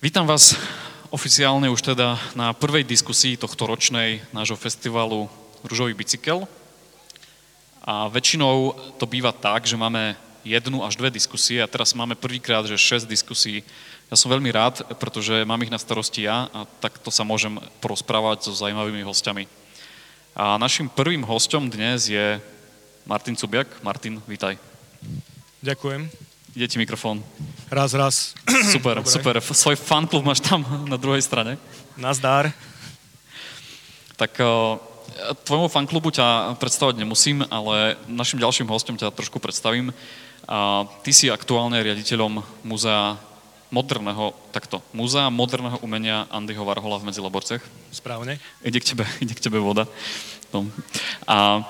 Vítam vás oficiálne už teda na prvej diskusii tohto ročnej nášho festivalu Ružový bicykel. A väčšinou to býva tak, že máme 1 až 2 diskusie a teraz máme prvýkrát, že 6 diskusí. Ja som veľmi rád, pretože mám ich na starosti ja a takto sa môžem porozprávať so zaujímavými hostiami. A našim prvým hosťom dnes je Martin Cubiak. Martin, vítaj. Ďakujem. Ide ti mikrofón. Raz. Super, Dobre. super. Svoj fanklub máš tam na druhej strane. Nazdar. Tak tvojmu fanklubu ťa predstavať nemusím, ale našim ďalším hostom ťa trošku predstavím. Ty si aktuálne riaditeľom Múzea moderného umenia Andyho Warhola v Medzilaborciach. Správne. Ide k tebe voda. No. A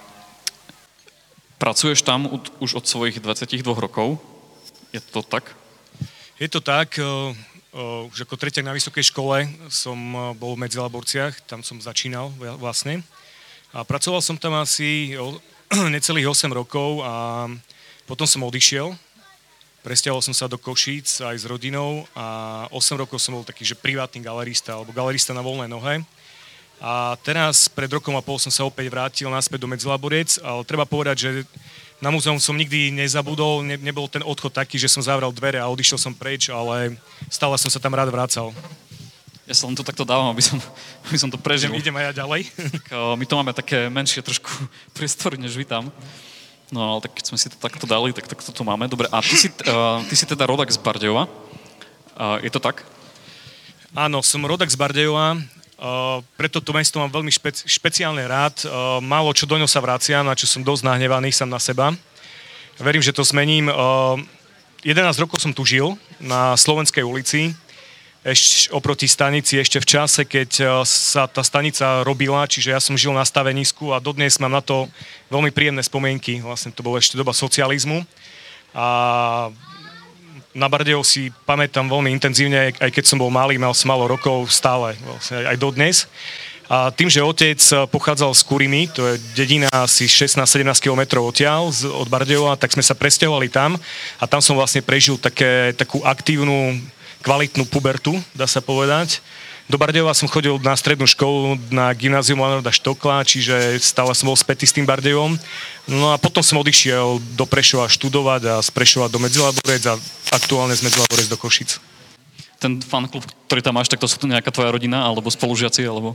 pracuješ tam už od svojich 22 rokov. Je to tak? Je to tak. Už ako treťak na vysokej škole som bol v Medzilaborciach, tam som začínal vlastne. A pracoval som tam asi necelých 8 rokov a potom som odišiel. Presťahoval som sa do Košíc aj s rodinou a 8 rokov som bol taký, že privátny galerista alebo galerista na voľnej nohe. A teraz pred rokom a pol som sa opäť vrátil naspäť do Medzilaboriec, ale treba povedať, že na múzeum som nikdy nezabudol, nebol ten odchod taký, že som zavrel dvere a odišiel som preč, ale stále som sa tam rád vracal. Ja sa len to takto dávam, aby som to prežil. Idem aj ja ďalej. Tak, my to máme také menšie trošku priestory, než vy tam. No ale tak keď sme si to takto dali, tak to tu máme. Dobre, a ty si teda rodak z Bardejova. Je to tak? Áno, som rodak z Bardejova. Preto to mesto mám veľmi špeciálne rád. Málo čo do ňo sa vraciam, na čo som dosť nahnevaný sám na seba. Verím, že to zmením. 11 rokov som tu žil na Slovenskej ulici, ešte oproti stanici, ešte v čase, keď sa tá stanica robila, čiže ja som žil na stavenisku a dodnes mám na to veľmi príjemné spomienky. Vlastne to bola ešte doba socializmu. A na Bardejov si pamätám veľmi intenzívne, aj keď som bol malý, mal som málo rokov, stále, vlastne aj dodnes. A tým, že otec pochádzal z Kurimy, to je dedina asi 16-17 km odtiaľ od Bardejova, tak sme sa presťahovali tam a tam som vlastne prežil takú aktívnu, kvalitnú pubertu, dá sa povedať. Do Bardejova som chodil na strednú školu, na gymnázium Leonarda Štokla, čiže stále som bol spätý s tým Bardejovom. No a potom som odišiel do Prešova študovať a z Prešova do Medzilaborec a aktuálne z Medzilaborec do Košic. Ten fanklub, ktorý tam máš, tak to sú tu nejaká tvoja rodina, alebo spolužiaci, alebo?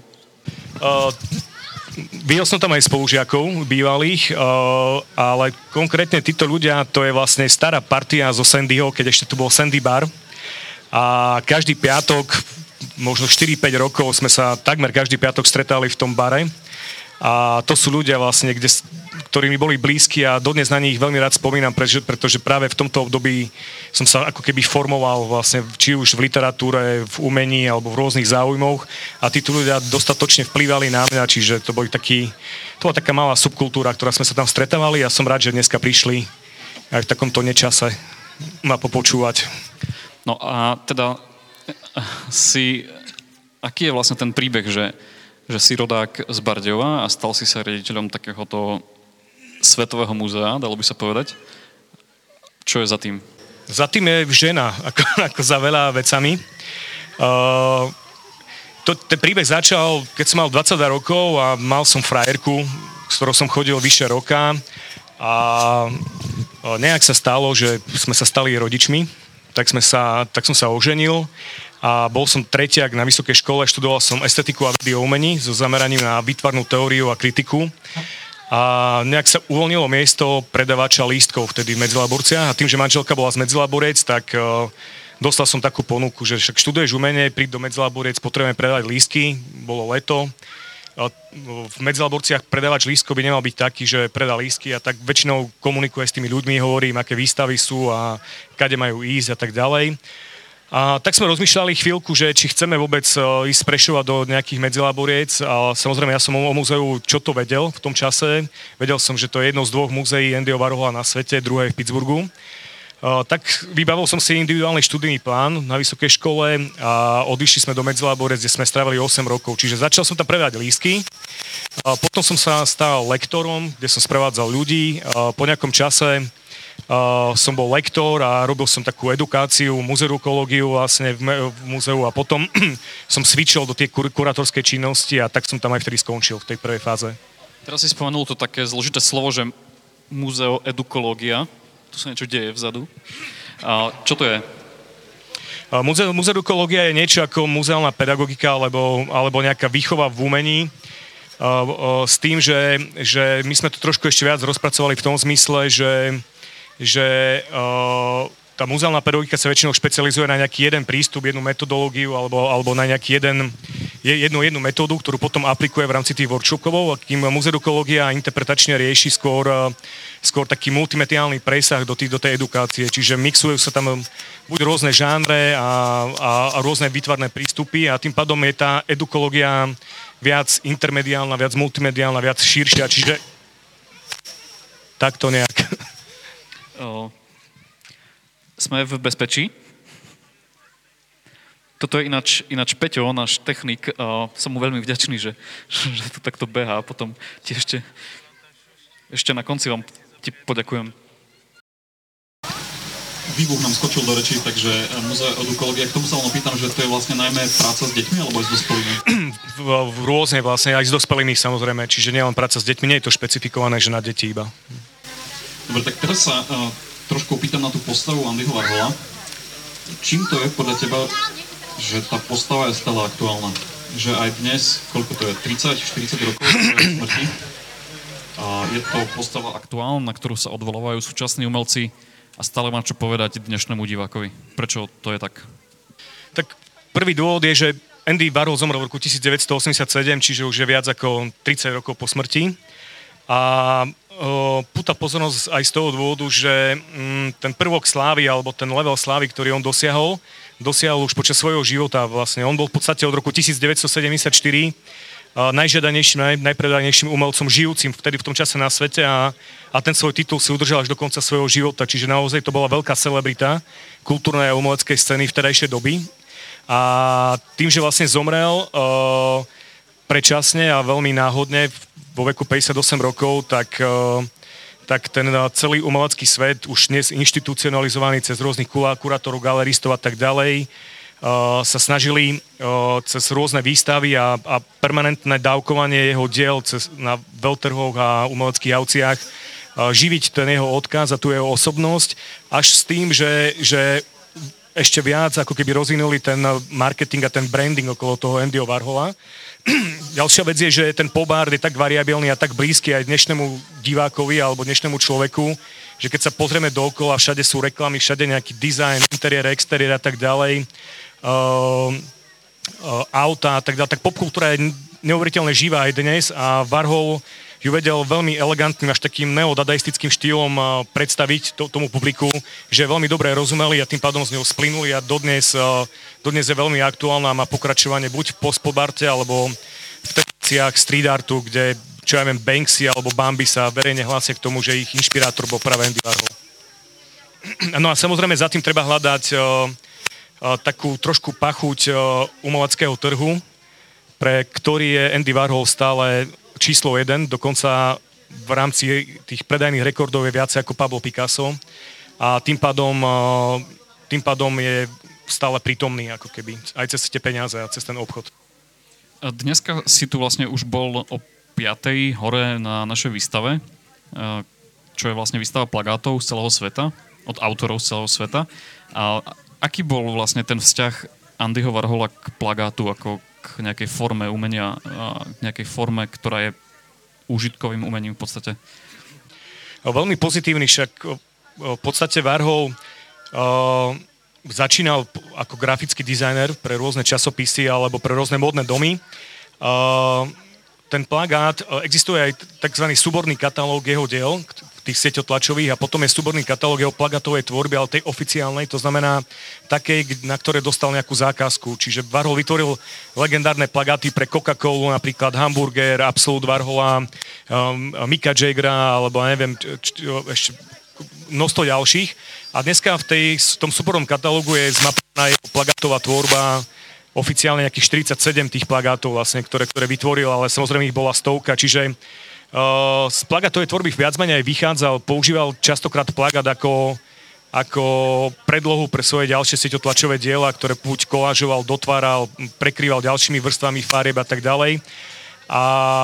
Videl som tam aj spolužiakov bývalých, ale konkrétne títo ľudia, to je vlastne stará partia zo Sandyho, keď ešte tu bol Sandy bar. A každý piatok, možno 4-5 rokov sme sa takmer každý piatok stretali v tom bare. A to sú ľudia vlastne, ktorí mi boli blízki a dodnes na nich veľmi rád spomínam, pretože práve v tomto období som sa ako keby formoval vlastne, či už v literatúre, v umení alebo v rôznych záujmoch a títo ľudia dostatočne vplývali na mňa, čiže to bola taká malá subkultúra, ktorá sme sa tam stretávali a som rád, že dneska prišli aj v takomto nečase ma popočúvať. No a teda aký je vlastne ten príbeh, že si rodák z Bardejova a stal si sa riaditeľom takéhoto svetového múzea, dalo by sa povedať? Čo je za tým? Za tým je žena, ako za veľa vecami. Ten príbeh začal, keď som mal 22 rokov a mal som frajerku, s ktorou som chodil vyše roka a nejak sa stalo, že sme sa stali rodičmi, tak som sa oženil a bol som treťak na vysokej škole, študoval som estetiku a vedy o umení so zameraním na výtvarnú teóriu a kritiku a nejak sa uvoľnilo miesto predavača lístkov vtedy v Medzilaborciach a tým, že manželka bola z Medzilaborec, tak dostal som takú ponuku, že však študuješ umenie, príď do Medzilaborec, potrebujeme predávať lístky, bolo leto. V Medzilaborciach predávač lístkov by nemal byť taký, že predá lístky a tak väčšinou komunikuje s tými ľuďmi, hovorím, aké výstavy sú a kade majú ísť a tak ďalej. A tak sme rozmýšľali chvíľku, že či chceme vôbec ísť z Prešova do nejakých Medzilaboriec a samozrejme ja som o múzeu čo to vedel v tom čase. Vedel som, že to je jedno z 2 múzeí Andyho Warhola na svete, druhé je v Pittsburghu. Tak vybavil som si individuálny študijný plán na vysokej škole a odišli sme do Medzilaborec, kde sme strávili 8 rokov. Čiže začal som tam predávať lístky, potom som sa stal lektorom, kde som sprevádzal ľudí. Po nejakom čase som bol lektor a robil som takú edukáciu, muzeukológiu vlastne v múzeu a potom som switchol do tej kurátorskej činnosti a tak som tam aj vtedy skončil v tej prvej fáze. Teraz si spomenul to také zložité slovo, že muzeoedukológia. Tu sa niečo deje vzadu. A čo to je? Muzeukológia je niečo ako muzeálna pedagogika alebo nejaká výchova v umení s tým, že my sme to trošku ešte viac rozpracovali v tom zmysle, že tá muzeálna pedagogika sa väčšinou špecializuje na nejaký jeden prístup, jednu metodológiu alebo na nejaký jednu metódu, ktorú potom aplikuje v rámci tých workshopov, kým muzeukológia interpretačne rieši skôr taký multimediálny presah do tej edukácie, čiže mixujú sa tam buď rôzne žánre a rôzne výtvarné prístupy a tým pádom je tá edukológia viac intermediálna, viac multimediálna, viac širšia, čiže takto nejak. Sme v bezpečí. Toto je ináč Peťo, náš technik. Som mu veľmi vďačný, že to takto behá a potom ti ešte na konci vám ti poďakujem. Výbuch nám skočil do rečí, takže muzeoedukológia. K tomu sa len opýtam, že to je vlastne najmä práca s deťmi alebo aj s dospelými? Rôzne vlastne, aj s dospelými samozrejme, čiže nielen práca s deťmi, nie je to špecifikované, že na deti iba. Dobre, tak teraz sa trošku opýtam na tú postavu Andyho Warhola. Čím to je podľa teba, že tá postava je stále aktuálna? Že aj dnes, koľko to je, 30-40 rokov smrti? A je to postava aktuálna, na ktorú sa odvolávajú súčasní umelci a stále má čo povedať dnešnému divákovi. Prečo to je tak? Tak prvý dôvod je, že Andy Warhol zomrel v roku 1987, čiže už je viac ako 30 rokov po smrti. A púta pozornosť aj z toho dôvodu, že ten prvok slávy alebo ten level slávy, ktorý on dosiahol už počas svojho života vlastne. On bol v podstate od roku 1974 najžiadanejším, najpredanejším umelcom žijúcim vtedy v tom čase na svete a ten svoj titul si udržal až do konca svojho života, čiže naozaj to bola veľká celebrita kultúrnej a umeleckej scény vtedajšej doby. A tým, že vlastne zomrel predčasne a veľmi náhodne vo veku 58 rokov, tak ten celý umelecký svet, už dnes inštitucionalizovaný cez rôznych kurátorov, galeristov a tak ďalej, sa snažili cez rôzne výstavy a permanentné dávkovanie jeho diel na veľtrhoch a umeleckých aukciách živiť ten jeho odkaz a tú jeho osobnosť, až s tým, že ešte viac ako keby rozvinuli ten marketing a ten branding okolo toho Andyho Warhola. Ďalšia vec je, že ten pop art je tak variabilný a tak blízky aj dnešnému divákovi alebo dnešnému človeku, že keď sa pozrieme dookola, všade sú reklamy, všade nejaký dizajn, interiér, exteriér a tak ďalej, auta a tak ďalej, tak popkultúra je neuveriteľne živá aj dnes a Warhol ju vedel veľmi elegantným, až takým neodadaistickým štýlom predstaviť tomu publiku, že veľmi dobre rozumeli a tým pádom z ňou splynuli a dodnes je veľmi aktuálna a má pokračovanie buď v post-pop-arte alebo v tendenciách street artu, kde, čo ja viem, Banksy alebo Bambi sa verejne hlásia k tomu, že ich inšpirátor bol práve Andy Warhol. No a samozrejme za tým treba hľadať takú trošku pachuť umeleckého trhu, pre ktorý je Andy Warhol stále číslo 1, dokonca v rámci tých predajných rekordov je viacej ako Pablo Picasso a tým pádom je stále prítomný ako keby aj cez tie peniaze a cez ten obchod. Dneska si tu vlastne už bol o 5:00 hore na našej výstave, čo je vlastne výstava plagátov z celého sveta, od autorov z celého sveta. A aký bol vlastne ten vzťah Andyho Warhola k plagátu ako k nejakej forme umenia, k nejakej forme, ktorá je úžitkovým umením v podstate? Veľmi pozitívny, však v podstate Warhol začínal ako grafický dizajner pre rôzne časopisy alebo pre rôzne módne domy. Ten plagát, existuje aj tzv. Súborný katalóg jeho diel, tých sieťotlačových a potom je súborný katalóg jeho plagátovej tvorby, ale tej oficiálnej, to znamená takej, na ktoré dostal nejakú zákazku. Čiže Warhol vytvoril legendárne plagáty pre Coca-Colu, napríklad Hamburger, Absolut Warhola, Micka Jaggera, alebo neviem, ešte množstvo ďalších. A dneska v tom súbornom katalógu je zmapená jeho plagátová tvorba, oficiálne nejakých 47 tých plagátov vlastne, ktoré vytvoril, ale samozrejme ich bola stovka, čiže Z plagátovej tvorby viac menej vychádzal, používal častokrát plagát ako predlohu pre svoje ďalšie sieťotlačové diela, ktoré buď kolážoval, dotváral, prekrýval ďalšími vrstvami farieb a tak ďalej. A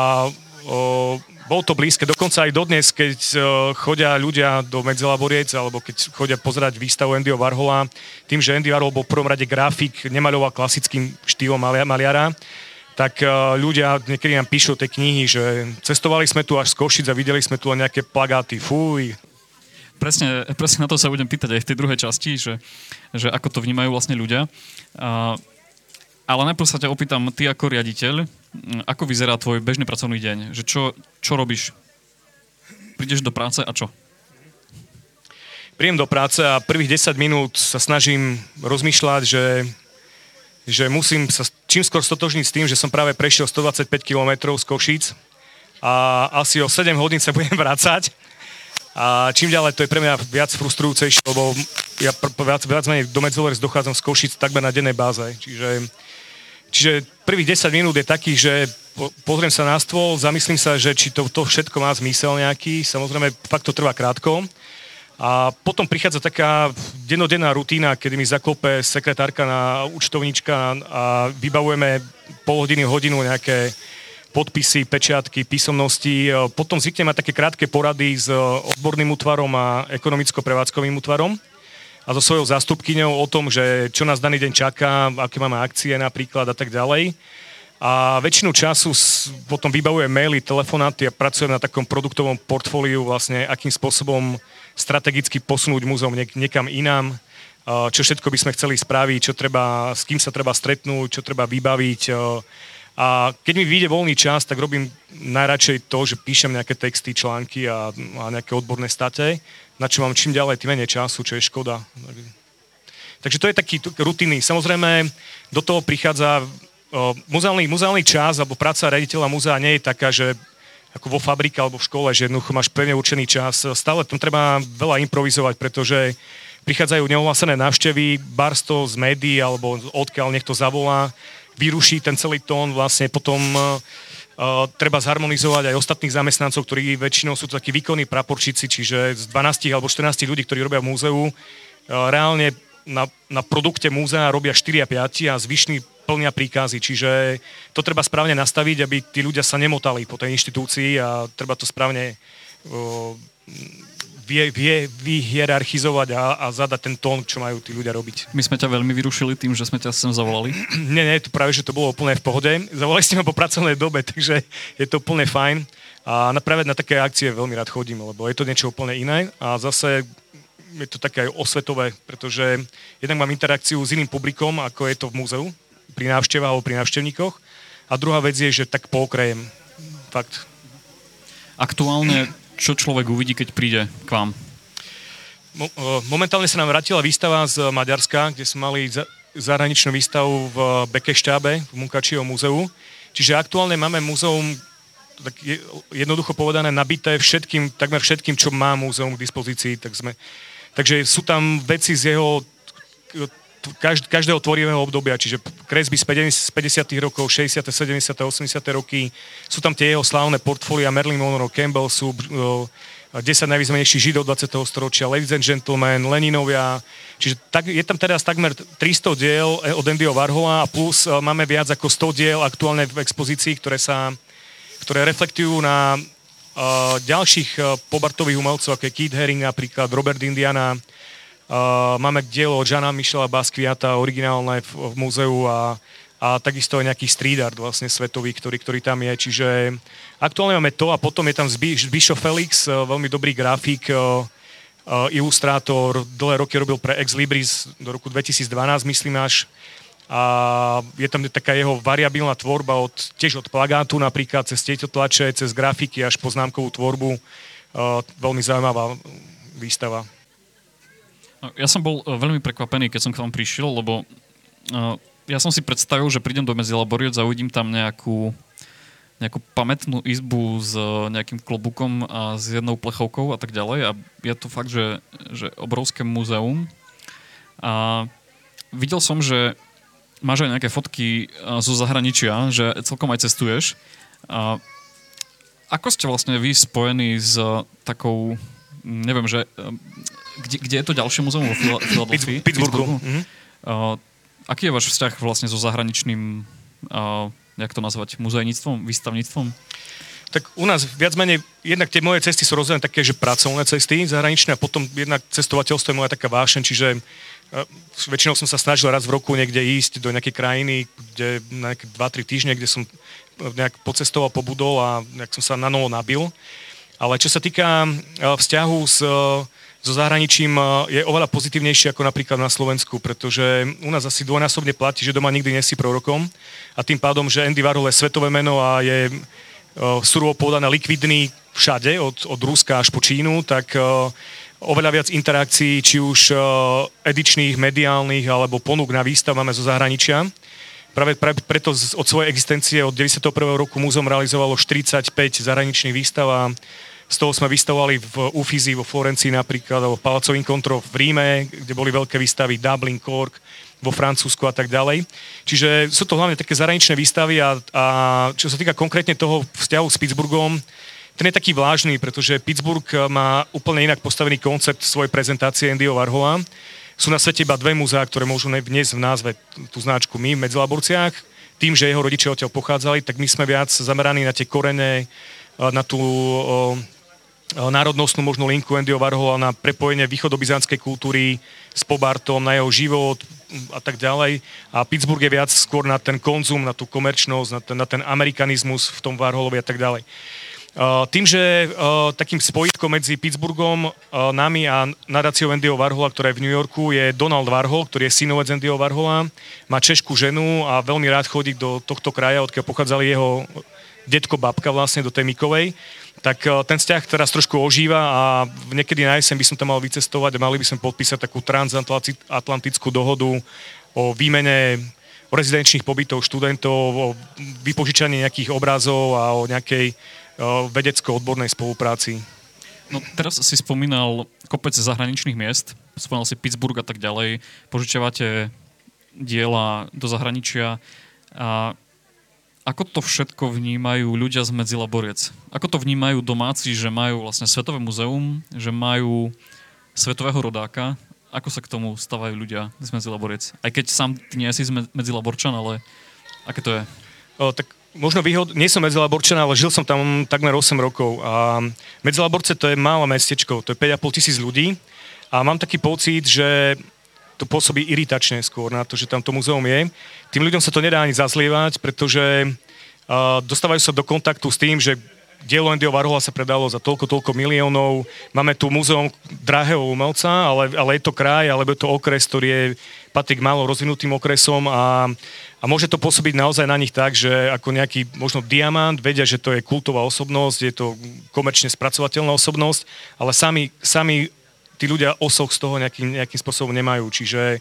bolo to blízke, dokonca aj dodnes, keď chodia ľudia do Medzilaboriec, alebo keď chodia pozerať výstavu Andyho Warhola, tým, že Andy Warhol bol v prvom rade grafik, nemaľoval klasickým štýlom maliara, tak ľudia niekedy nám píšu tie knihy, že cestovali sme tu až z Košic a videli sme tu len nejaké plagáty, fuj. Presne na to sa budem pýtať aj v tej druhej časti, že ako to vnímajú vlastne ľudia. Ale najprv sa ťa opýtam, ty ako riaditeľ, ako vyzerá tvoj bežný pracovný deň? Že čo robíš? Prídeš do práce a čo? Príjem do práce a prvých 10 minút sa snažím rozmýšľať, že musím sa čím skôr stotožniť s tým, že som práve prešiel 125 km z Košíc a asi o 7 hodín sa budem vrácať. A čím ďalej to je pre mňa viac frustrujúcejšie, lebo ja viac menej do Medzilaboriec dochádzam z Košíc takmer na dennej báze. Čiže prvých 10 minút je takých, že pozriem sa na stôl, zamyslím sa, že či to všetko má zmysel nejaký, samozrejme fakt to trvá krátko. A potom prichádza taká dennodenná rutína, kedy mi zaklope sekretárka na účtovníčka a vybavujeme pol hodiny, hodinu nejaké podpisy, pečiatky, písomnosti. Potom zvyknem mať také krátke porady s odborným útvarom a ekonomicko-prevádzkovým útvarom a so svojou zástupkyňou o tom, že čo nás daný deň čaká, aké máme akcie napríklad a tak ďalej. A väčšinu času potom vybavujem maily, telefonáty a pracujem na takom produktovom portfóliu, vlastne akým spôsobom strategicky posunúť múzeum niekam inám, čo všetko by sme chceli spraviť, s kým sa treba stretnúť, čo treba vybaviť. A keď mi vyjde voľný čas, tak robím najradšej to, že píšem nejaké texty, články a nejaké odborné state, na čo mám čím ďalej tým menej času, čo je škoda. Takže to je taký rutinný. Samozrejme, do toho prichádza muzeálny čas, alebo práca riaditeľa múzea nie je taká, že ako vo fabrike alebo v škole, že jednoducho máš pevne určený čas. Stále tam treba veľa improvizovať, pretože prichádzajú neohlásené návštevy, barsto z médií alebo odkiaľ niekto zavolá, vyruší ten celý tón, vlastne potom treba zharmonizovať aj ostatných zamestnancov, ktorí väčšinou sú to takí výkonní praporčíci, čiže z 12 alebo 14 ľudí, ktorí robia v múzeu, reálne na produkte múzea robia 4 a 5 a zvyšní plnia príkazy, čiže to treba správne nastaviť, aby tí ľudia sa nemotali po tej inštitúcii a treba to správne vyhierarchizovať a zadať ten tón, čo majú tí ľudia robiť. My sme ťa veľmi vyrušili tým, že sme ťa sem zavolali. Nie, to práve, že to bolo úplne v pohode. Zavolali ste ma po pracovnej dobe, takže je to úplne fajn. A práve na také akcie veľmi rád chodím, lebo je to niečo úplne iné. A zase je to také aj osvetové, pretože jednak mám interakciu s iným publikom, ako je to v múzeu, pri návštevách alebo pri návštevníkoch. A druhá vec je, že tak pookrajem. Fakt. Aktuálne čo človek uvidí, keď príde k vám? Momentálne sa nám vrátila výstava z Maďarska, kde sme mali zahraničnú výstavu v Bekeštábe, v Munkačieho múzeu. Čiže aktuálne máme múzeum, tak jednoducho povedané, nabité takmer všetkým, čo má múzeum k dispozícii. Takže sú tam veci z jeho každého tvorivého obdobia, čiže kresby z 50. rokov, 60., 70., 80. roky. Sú tam tie jeho slávne portfólia Marilyn Monroe, Campbell Soup, 10 najvýznamnejších Židov 20. storočia, Ladies and Gentlemen, Leninovia. Čiže je tam teraz takmer 300 diel od Andyho Warhola a plus máme viac ako 100 diel aktuálne v expozícii, ktoré reflektujú na ďalších pobartových umelcov, ako je Keith Haring napríklad, Robert Indiana. Máme dielo od Jeana Michela Basquiata, originálne v múzeu a takisto aj nejaký street art vlastne svetový, ktorý tam je. Čiže aktuálne máme to a potom je tam Zbyšo Felix, veľmi dobrý grafik, ilustrátor, dlhé roky robil pre Ex Libris do roku 2012, myslím až. A je tam taká jeho variabilná tvorba tiež od plagátu napríklad, cez tietotlače, cez grafiky až po známkovú tvorbu. Veľmi zaujímavá výstava. Ja som bol veľmi prekvapený, keď som k vám prišiel, lebo ja som si predstavil, že prídem do Medzilaboriec a uvidím tam nejakú pamätnú izbu s nejakým klobúkom a s jednou plechovkou a tak ďalej. A je to fakt, že obrovské múzeum. A videl som, že máš aj nejaké fotky zo zahraničia, že celkom aj cestuješ. Ako ste vlastne vy spojení s takou, neviem, že kde je to ďalšie múzeum vo Filadelfii? Pittsburghu. Aký je váš vzťah vlastne so zahraničným, jak to nazvať, muzejníctvom, výstavníctvom? Tak u nás viac menej, jednak tie moje cesty sú rozdelené také, že pracovné cesty zahraničné a potom jednak cestovateľstvo je moja taká vášeň, čiže väčšinou som sa snažil raz v roku niekde ísť do nejakej krajiny, kde na nejaké 2-3 týždne, kde som nejak pocestoval, pobudol a nejak som sa na novo nabil. Ale čo sa týka vzťahu so zahraničím, je oveľa pozitívnejšie ako napríklad na Slovensku, pretože u nás asi dvojnásobne platí, že doma nikdy nie si prorokom a tým pádom, že Andy Warhol je svetové meno a je surovo povedané likvidný všade, od Ruska až po Čínu, tak oveľa viac interakcií, či už edičných, mediálnych alebo ponúk na výstav máme zo zahraničia. Práve preto od svojej existencie od 91. roku múzeum realizovalo 45 zahraničných výstav a z toho sme vystavovali v Uffizi, vo Florencii napríklad, alebo v Palazzo Incontro v Ríme, kde boli veľké výstavy, Dublin, Cork, vo Francúzsku a tak ďalej. Čiže sú to hlavne také zahraničné výstavy a čo sa týka konkrétne toho vzťahu s Pittsburghom, ten je taký vlážny, pretože Pittsburgh má úplne inak postavený koncept svojej prezentácie Andyho Warhola. Sú na svete iba dve múzeá, ktoré môžu vniesť v názve tú značku my v Medzilaborciach. Tým, že jeho rodičia odtiaľ pochádzali, tak my sme viac zameraní na tie korene, na tú národnostnú možno linku Andyho Warhola, na prepojenie východobizantskej kultúry s Pobartom, na jeho život a tak ďalej. A Pittsburgh je viac skôr na ten konzum, na tú komerčnosť, na ten amerikanizmus v tom Warholovi a tak ďalej. Tým, že takým spojitkom medzi Pittsburghom, nami a nadáciou Andyho Warhola, ktorá je v New Yorku, je Donald Warhol, ktorý je synovec Andyho Warhola, má češskú ženu a veľmi rád chodí do tohto kraja, odkiaľ pochádzali jeho detko, babka vlastne, do tej Mikovej. Tak ten vzťah teraz trošku ožíva a niekedy na jeseň by som tam mal vycestovať a mali by sme podpísať takú transatlantickú dohodu o výmene rezidenčných pobytov študentov, o vypožičaní nejakých obrazov a o nejakej vedecko-odbornej spolupráci. No teraz si spomínal kopec zahraničných miest, spomínal si Pittsburgh a tak ďalej, požičiavate diela do zahraničia. A ako to všetko vnímajú ľudia z Medzilaboriec? Ako to vnímajú domáci, že majú vlastne Svetové muzeum, že majú svetového rodáka? Ako sa k tomu stavajú ľudia z Medzilaboriec? Aj keď sám ty nie si Medzilaborčan, ale aké to je? Tak možno nie som Medzilaborčan, ale žil som tam takmer 8 rokov. A Medzilaborce to je malé mestečko, to je 5,5 tisíc ľudí. A mám taký pocit, že to pôsobí iritačne skôr na to, že tam to muzeum je. Tým ľuďom sa to nedá ani zazlievať, pretože dostávajú sa do kontaktu s tým, že dielo Andyho Warhola sa predalo za toľko miliónov. Máme tu múzeum drahého umelca, ale je to kraj, alebo je to okres, ktorý patrí k málo rozvinutým okresom a môže to pôsobiť naozaj na nich tak, že ako nejaký možno diamant, vedia, že to je kultová osobnosť, je to komerčne spracovateľná osobnosť, ale sami tí ľudia osoch z toho nejakým spôsobom nemajú. Čiže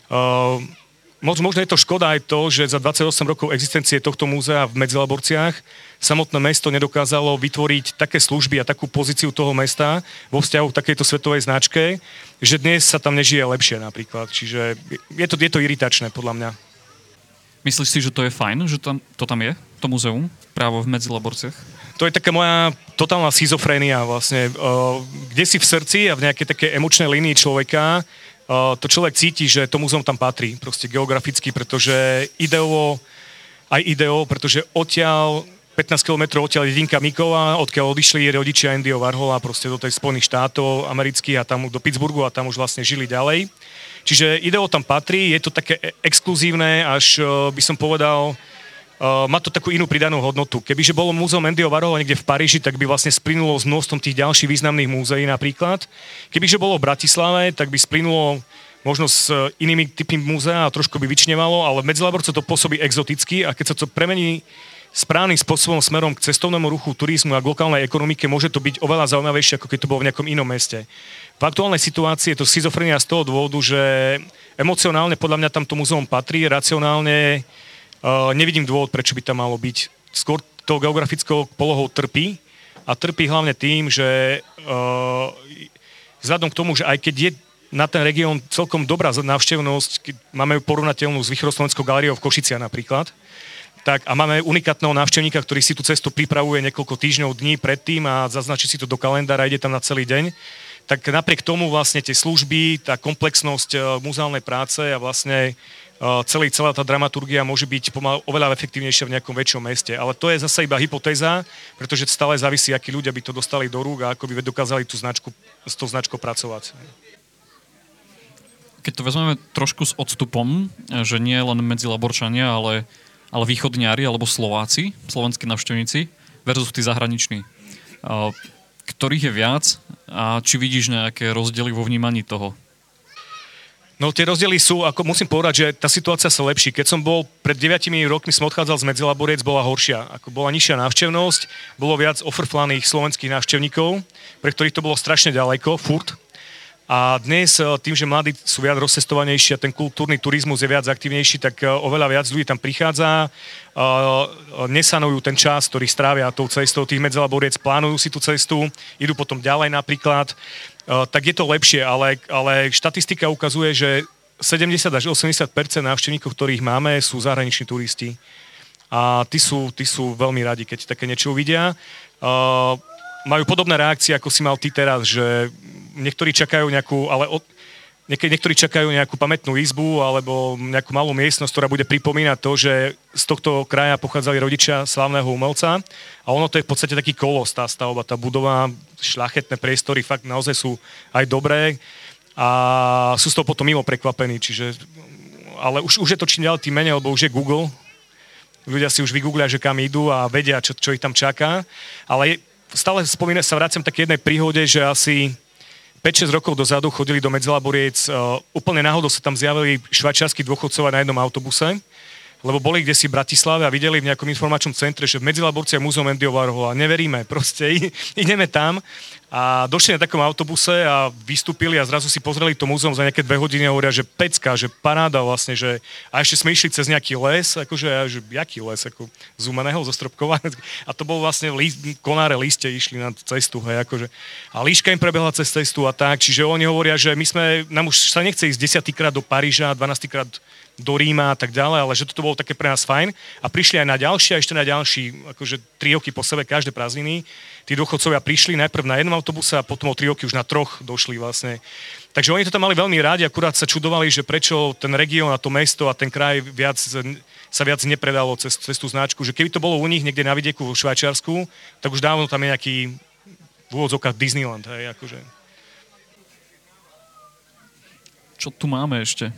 možno je to škoda aj to, že za 28 rokov existencie tohto múzea v Medzilaborciach samotné mesto nedokázalo vytvoriť také služby a takú pozíciu toho mesta vo vzťahu k takejto svetovej značke, že dnes sa tam nežije lepšie napríklad. Čiže je to iritačné podľa mňa. Myslíš si, že to je fajn, že to tam je, to múzeum, právo v Medzilaborciach? To je taká moja totálna schizofrénia vlastne. Kde si v srdci a v nejakej takej emočnej línii človeka to človek cíti, že to múzeum tam patrí, proste geograficky, pretože ideovo, pretože odtiaľ 15 km odtiaľ je dedinka Mikova, odkiaľ odišli rodičia Andyho Warhola proste do tej Spojených štátov amerických a tam do Pittsburghu a tam už vlastne žili ďalej. Čiže ideo tam patrí, je to také exkluzívne, až by som povedal, má to takú inú pridanú hodnotu. Kebyže bolo múzeum Andyho Warhola niekde v Paríži, tak by vlastne splynulo s množstvom tých ďalších významných múzeí napríklad. Kebyže bolo v Bratislave, tak by splynulo možno s inými typmi múzea a trošku by vyčnevalo, ale v Medzilaborce to pôsobí exoticky a keď sa to premení správnym spôsobom smerom k cestovnému ruchu, turizmu a k lokálnej ekonomike, môže to byť oveľa zaujímavejšie, ako keď to bolo v nejakom inom meste. V aktuálnej situácii je to schizofrenia z toho dôvodu, že emocionálne podľa mňa tamto múzeum patrí, racionálne nevidím dôvod, prečo by tam malo byť. Skôr to geografickou polohou trpí a trpí hlavne tým, že vzhľadom k tomu, že aj keď je na ten región celkom dobrá návštevnosť, keď máme porovnateľnú s Východoslovenskou galériou v Košiciach napríklad, tak, a máme unikátneho návštevníka, ktorý si tú cestu pripravuje niekoľko týždňov, dní predtým a zaznačí si to do kalendára, ide tam na celý deň, tak napriek tomu vlastne tie služby, tá komplexnosť muzeálnej práce a vlastne celá tá dramaturgia môže byť oveľa efektívnejšia v nejakom väčšom meste. Ale to je zase iba hypotéza, pretože stále závisí, akí ľudia by to dostali do rúk a ako by dokázali s tou značkou pracovať. Keď to vezmeme trošku s odstupom, že nie len medzi Laborčania, ale východniari alebo Slováci, slovenskí navštevníci versus tí zahraniční. Ktorých je viac a či vidíš nejaké rozdiely vo vnímaní toho? No tie rozdiely sú, ako musím povedať, že tá situácia sa lepší. Keď som bol pred 9 rokmi, som odchádzal z Medzilaboriec, bola horšia. Ako bola nižšia návštevnosť, bolo viac ofrflaných slovenských návštevníkov, pre ktorých to bolo strašne ďaleko, furt. A dnes tým, že mladí sú viac rozcestovanejší a ten kultúrny turizmus je viac aktívnejší, tak oveľa viac ľudí tam prichádza, nesanujú ten čas, ktorý strávia tou cestou tých Medzilaboriec, plánujú si tú cestu, idú potom ďalej napríklad, tak je to lepšie, ale štatistika ukazuje, že 70 až 80% návštevníkov, ktorých máme, sú zahraniční turisti. A tí sú veľmi radi, keď také niečo uvidia. Majú podobné reakcie, ako si mal ty teraz, že niektorí čakajú niektorí čakajú nejakú pamätnú izbu alebo nejakú malú miestnosť, ktorá bude pripomínať to, že z tohto kraja pochádzali rodičia slávneho umelca. A ono to je v podstate taký kolos, tá stavba, tá budova, šľachetné priestory fakt naozaj sú aj dobré a sú z toho potom mimo prekvapení. Ale už je to čím ďalej tým menej, lebo už je Google. Ľudia si už vygooglia, že kam idú a vedia, čo ich tam čaká. Ale stále sa vraciam také jednej príhode, že asi 5-6 rokov dozadu chodili do Medzilaboriec, úplne náhodou sa tam zjavili švajčiarski dôchodcovia na jednom autobuse, lebo boli kdesi v Bratislave a videli v nejakom informačnom centre, že v Medzilaborciach múzeum Andyho Warhola. Neveríme, proste ideme tam a došli na takom autobuse a vystúpili a zrazu si pozreli to múzeum za nejaké 2 hodiny a hovoria, že pecka, že paráda vlastne, že a ešte sme išli cez nejaký les, akože jaký les, ako z Humeného, zo Stropkova a to bol vlastne konáre liste išli na cestu, hej, akože a líška im prebehla cez cestu a tak, čiže oni hovoria, že nám už sa nechce ísť 10-krát do Paríža, 12-krát do Ríma a tak ďalej, ale že toto bolo také pre nás fajn a prišli aj na ďalšie a ešte na ďalší, akože 3 roky po sebe, každé prázdniny. Tí dôchodcovia prišli najprv na jednom autobuse a potom o 3 roky už na 3 došli vlastne. Takže oni to tam mali veľmi rádi, akurát sa čudovali, že prečo ten región a to mesto a ten kraj sa viac nepredalo cez tú značku, že keby to bolo u nich niekde na vidieku v Švajčiarsku, tak už dávno tam je nejaký v úvodzovkách Disneyland, hej, akože. Čo tu máme ešte?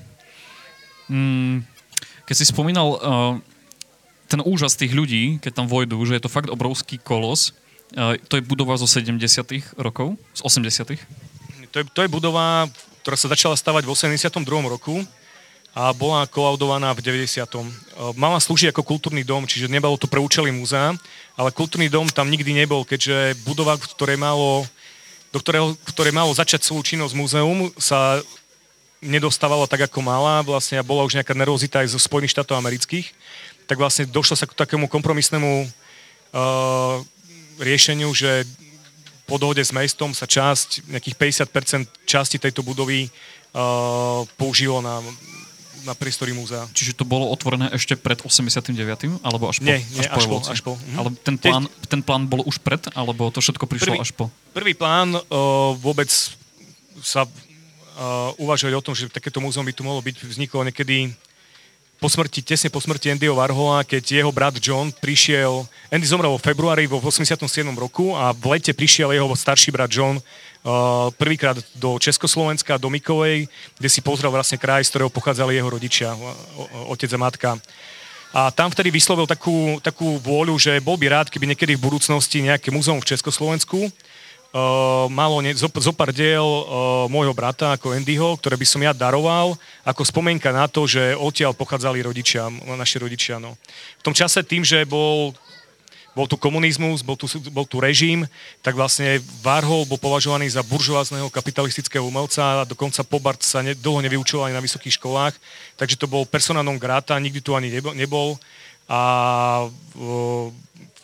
Keď si spomínal ten úžas tých ľudí, keď tam vojdú, že je to fakt obrovský kolos, to je budova zo 70. rokov? Z 80. To je budova, ktorá sa začala stavať v 82. roku a bola kolaudovaná v 90. Mala slúžiť ako kultúrny dom, čiže nebolo to pre účely múzea, ale kultúrny dom tam nikdy nebol, keďže budova, do ktorej malo začať svoju činnosť múzeum, sa nedostávala tak, ako mala, vlastne a bola už nejaká nervozita aj zo Spojených štátov amerických, tak vlastne došlo sa k takému kompromisnému riešeniu, že po dohode s mestom sa nejakých 50% časti tejto budovy použilo na priestory múzea. Čiže to bolo otvorené ešte pred 89. alebo až po? Nie, až po. Ale ten plán bol už pred, alebo to všetko prišlo až po? Prvý plán vôbec sa uvažovať o tom, že takéto múzeum by tu mohlo byť, vzniklo niekedy tesne po smrti Andyho Warhola, keď jeho brat John prišiel, Andy zomrel vo februári vo 87. roku a v lete prišiel jeho starší brat John prvýkrát do Československa, do Mikovej, kde si pozrel vlastne kraj, z ktorého pochádzali jeho rodičia, otec a matka. A tam vtedy vyslovil takú vôľu, že bol by rád, keby niekedy v budúcnosti nejaké múzeum v Československu malo zopár diel môjho brata ako Andyho, ktoré by som ja daroval ako spomienka na to, že odtiaľ pochádzali naši rodičia. No. V tom čase tým, že bol tu komunizmus, bol tu režim, tak vlastne Warhol bol považovaný za buržoázneho kapitalistického umelca a dokonca Pobart sa dlho nevyučoval ani na vysokých školách, takže to bol persona non grata, nikdy tu ani nebol a v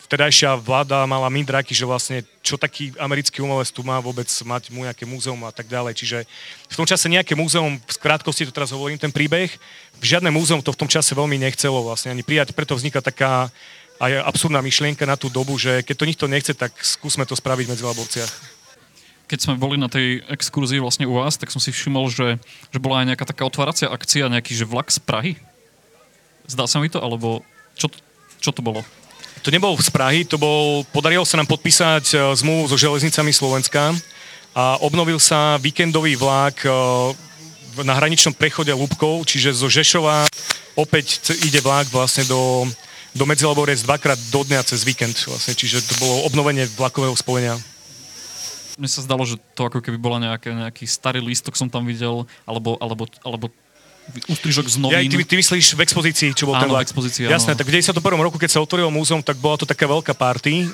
vtedajšia vláda mala mindráky, že vlastne čo taký americký umelec tu má vôbec mať mu nejaké múzeum a tak ďalej. Čiže v tom čase nejaké múzeum, v krátkosti to teraz hovorím ten príbeh, žiadne múzeum to v tom čase veľmi nechcelo vlastne ani prijať, preto vznikla taká aj absurdná myšlienka na tú dobu, že keď to nikto nechce, tak skúsme to spraviť v Medzilaborciach. Keď sme boli na tej exkurzii vlastne u vás, tak som si všimol, že bola aj nejaká taká otváracia akcia, nejaký že vlak z Prahy. Zdá sa mi to, alebo čo to bolo? To nebol z Prahy, podarilo sa nám podpísať zmluvu so železnicami Slovenska a obnovil sa víkendový vlak na hraničnom prechode Lúbkov, čiže zo Žešova opäť ide vlak vlastne do Medzilaborec dvakrát do dňa cez víkend vlastne, čiže to bolo obnovenie vlakového spojenia. Mne sa zdalo, že to ako keby bola nejaký starý lístok som tam videl, alebo ústrižok z novín. Ty myslíš v expozícii, čo bol ten vlak? Áno, v expozícii, Jasné, áno. tak v 91. roku, keď sa otvorilo múzeum, tak bola to taká veľká party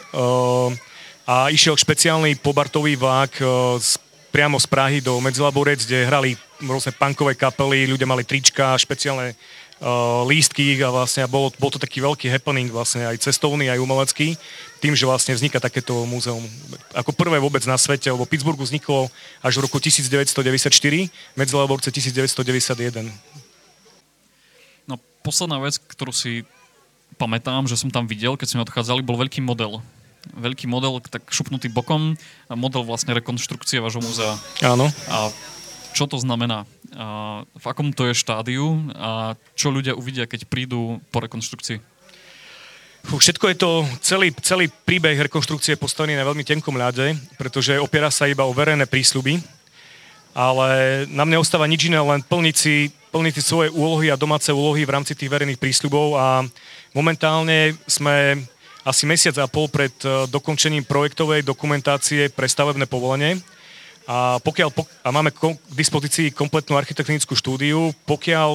a išiel špeciálny pobartový vlak priamo z Prahy do Medzilaborec, kde hrali rôzne punkové kapely, ľudia mali trička, špeciálne lístky a vlastne bol to taký veľký happening vlastne aj cestovný, aj umelecký, tým, že vlastne vzniká takéto múzeum. Ako prvé vôbec na svete, lebo Pittsburghu vzniklo až v roku 1994, Medzilaborce 1991. No, posledná vec, ktorú si pamätám, že som tam videl, keď sme odchádzali, bol veľký model. Veľký model, tak šupnutý bokom, model vlastne rekonštrukcie vášho múzea. Áno. A čo to znamená? V akom to je štádiu a čo ľudia uvidia, keď prídu po rekonštrukcii? Všetko je to, celý príbeh rekonštrukcie je postavený na veľmi tenkom ľade, pretože opiera sa iba o verejné prísľuby, ale nám neostáva nič iné, len plniť si svoje úlohy a domáce úlohy v rámci tých verejných prísľubov a momentálne sme asi mesiac a pol pred dokončením projektovej dokumentácie pre stavebné povolenie. A máme k dispozícii kompletnú architektonickú štúdiu, pokiaľ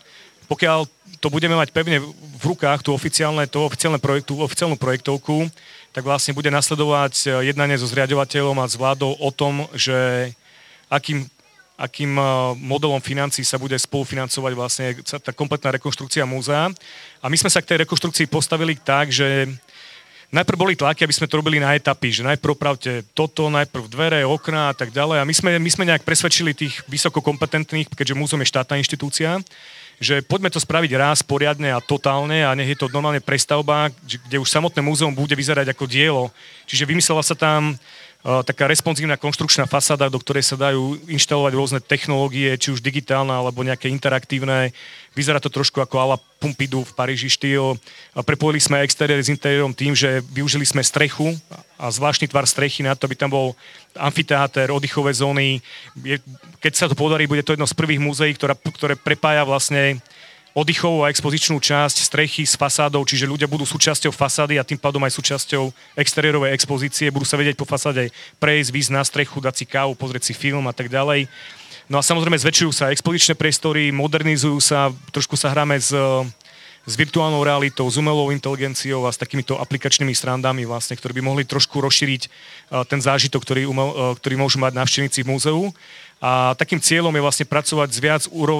to budeme mať pevne v rukách, tú oficiálnu projektovku, tak vlastne bude nasledovať jednanie so zriaďovateľom a s vládou o tom, že akým modelom financií sa bude spolufinancovať vlastne tá kompletná rekonštrukcia múzea. A my sme sa k tej rekonštrukcii postavili tak, že najprv boli tlaky, aby sme to robili na etapy, že najprv pravte toto, najprv dvere, okná a tak ďalej. A my sme nejak presvedčili tých vysokokompetentných, keďže múzeum je štátna inštitúcia, že poďme to spraviť raz poriadne a totálne a nech je to normálne prestavba, kde už samotné múzeum bude vyzerať ako dielo. Čiže vymyslela sa tam taká responsívna konštrukčná fasáda, do ktorej sa dajú inštalovať rôzne technológie, či už digitálne alebo nejaké interaktívne. Vyzerá to trošku ako à la Pompidou v Paríži štýl. Prepojili sme exteriér s interiérom tým, že využili sme strechu a zvláštny tvar strechy na to, aby tam bol amfiteáter, oddychové zóny. Keď sa to podarí, bude to jedno z prvých múzeí, ktoré prepája vlastne oddychovú a expozičnú časť strechy s fasádou, čiže ľudia budú súčasťou fasády a tým pádom aj súčasťou exteriérovej expozície, budú sa vedieť po fasáde prejsť, výjsť na strechu, dať si kávu, pozrieť si film a tak ďalej. No a samozrejme zväčšujú sa expozičné priestory, modernizujú sa, trošku sa hráme s virtuálnou realitou, s umelou inteligenciou a s takýmito aplikačnými srandami vlastne, ktoré by mohli trošku rozšíriť ten zážitok, ktorý môžu mať návštevníci v múzeu. A takým cieľom je vlastne pracovať s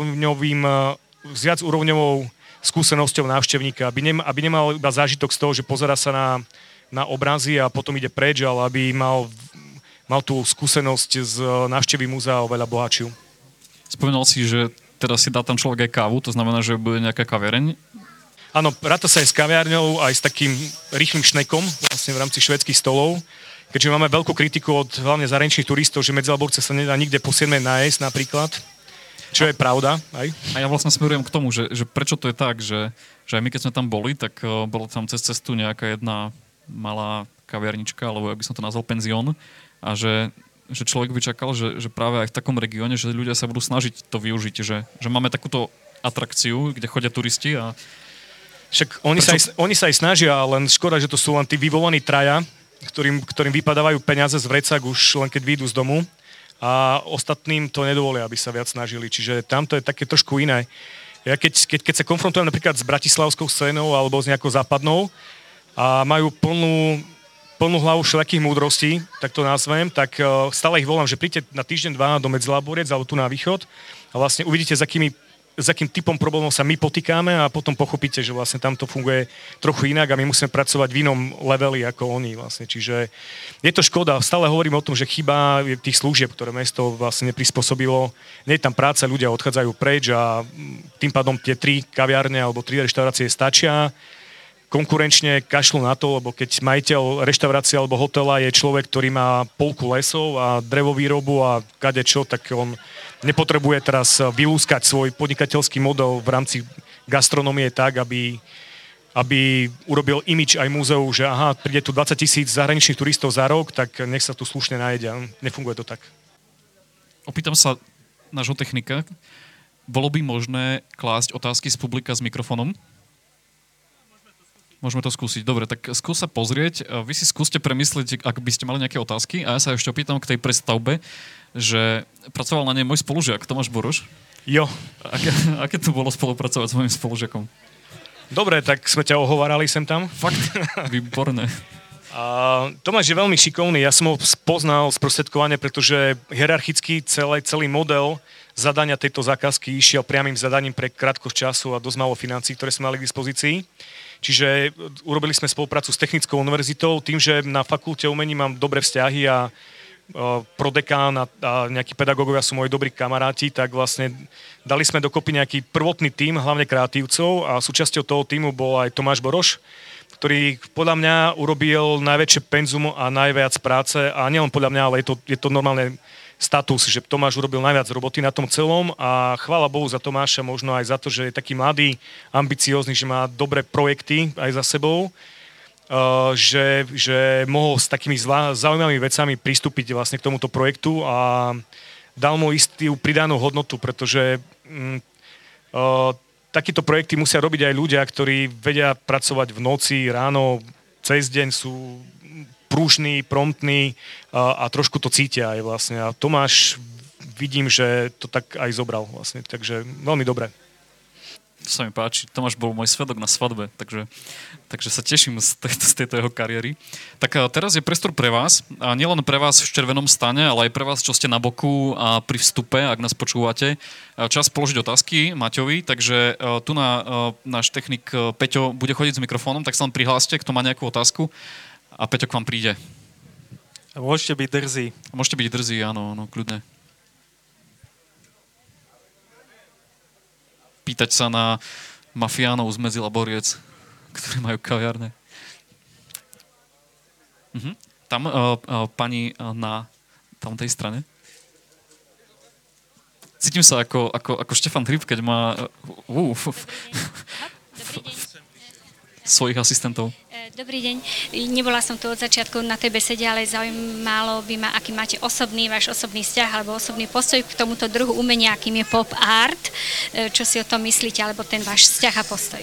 viacúrovňovou skúsenosťou návštevníka, aby nemal iba zážitok z toho, že pozerá sa na obrazy a potom ide preč, ale aby mal tú skúsenosť z návštevy múzea oveľa bohatšiu. Spomínal si, že teda si dá tam človek aj kávu, to znamená, že bude nejaká kaviareň? Áno, ráta sa aj s kaviarňou, aj s takým rýchlym šnekom vlastne v rámci švédskych stolov, keďže máme veľkú kritiku od hlavne zahraničných turistov, že Medzilaborce sa nedá nikde po 7 nájsť napríklad. Čo je pravda, aj? A ja vlastne smerujem k tomu, že prečo to je tak, že aj my, keď sme tam boli, tak bolo tam cez cestu nejaká jedna malá kaviarnička, alebo jak by som to nazval, penzión, a že človek by čakal, že práve aj v takom regióne, že ľudia sa budú snažiť to využiť, že máme takúto atrakciu, kde chodia turisti a... Však oni sa aj snažia, len škoda, že to sú len tí vyvolaní traja, ktorým vypadávajú peniaze z vrecák už len keď vyjdú z domu. A ostatným to nedovolia, aby sa viac snažili. Čiže tamto je také trošku iné. Ja keď sa konfrontujem napríklad s bratislavskou scénou alebo s nejakou západnou a majú plnú hlavu všelijakých múdrostí, tak to nazvem, tak stále ich volám, že príďte na týždeň, dva do Medzilaborec alebo tu na východ a vlastne uvidíte, s akými s akým typom problémov sa my potýkame a potom pochopíte, že vlastne tam to funguje trochu inak a my musíme pracovať v inom leveli ako oni vlastne. Čiže je to škoda. Stále hovorím o tom, že chyba je tých služieb, ktoré mesto vlastne neprispôsobilo. Nie je tam práca, ľudia odchádzajú preč a tým pádom tie 3 kaviárne alebo 3 reštaurácie stačia. Konkurenčne kašľú na to, lebo keď majiteľ reštaurácie alebo hotela je človek, ktorý má polku lesov a drevovýrobu a kadečo, tak on nepotrebuje teraz vylúskať svoj podnikateľský model v rámci gastronómie tak, aby urobil imidž aj múzeu, že aha, príde tu 20 000 zahraničných turistov za rok, tak nech sa tu slušne najedia. Nefunguje to tak. Opýtam sa nášho technika. Bolo by možné klásť otázky z publika s mikrofónom? Môžeme to skúsiť. Dobre, tak skús sa pozrieť. Vy si skúste premyslieť, ak by ste mali nejaké otázky. A ja sa ešte opýtam k tej prestavbe, že pracoval na nej môj spolužiak Tomáš Boroš. Jo. Aké to bolo spolupracovať s mojím spolužiakom? Dobre, tak sme ťa ohovárali sem tam. Fakt? Výborné. Tomáš je veľmi šikovný. Ja som ho poznal sprostredkovane, pretože hierarchicky celý model zadania tejto zákazky išiel priamym zadaním pre krátkosť času a dosť málo financií, ktoré sme mali k dispozícii. Čiže urobili sme spoluprácu s Technickou univerzitou, tým, že na fakulte umení mám dobré vzťahy a prodekán a nejakí pedagógovia sú moji dobrí kamaráti, tak vlastne dali sme dokopy nejaký prvotný tím, hlavne kreatívcov a súčasťou toho tímu bol aj Tomáš Boroš, ktorý podľa mňa urobil najväčšie penzum a najviac práce a nielen podľa mňa, ale je to normálne status, že Tomáš urobil najviac roboty na tom celom a chvála Bohu za Tomáša, možno aj za to, že je taký mladý, ambiciózny, že má dobré projekty aj za sebou, že mohol s takými zaujímavými vecami pristúpiť vlastne k tomuto projektu a dal mu istú pridanú hodnotu, pretože takíto projekty musia robiť aj ľudia, ktorí vedia pracovať v noci, ráno, cez deň, sú prúžný, promptný a trošku to cítia aj vlastne. A Tomáš vidím, že to tak aj zobral vlastne, takže veľmi dobre. To sa mi páči. Tomáš bol môj svedok na svadbe, takže sa teším z tejto jeho kariéry. Tak teraz je priestor pre vás, a nielen pre vás v červenom stane, ale aj pre vás, čo ste na boku a pri vstupe, ak nás počúvate. Čas položiť otázky Maťovi, takže tu náš technik Peťo bude chodiť s mikrofónom, tak sa len prihláste, kto má nejakú otázku. A Peťo k vám príde. A môžete byť drzí. Môžete byť drzí, áno, kľudne. Pýtať sa na mafiánov z Medzilaboriec, ktorí majú kaviarne. Tam pani na tamtej strane. Cítim sa ako Štefan Hryb, keď má svojich asistentov. Dobrý deň. Nebola som tu od začiatku na tej besede, ale zaujímalo by ma, aký máte váš osobný vzťah alebo osobný postoj k tomuto druhu umenia, akým je pop art. Čo si o tom myslíte, alebo ten váš vzťah a postoj?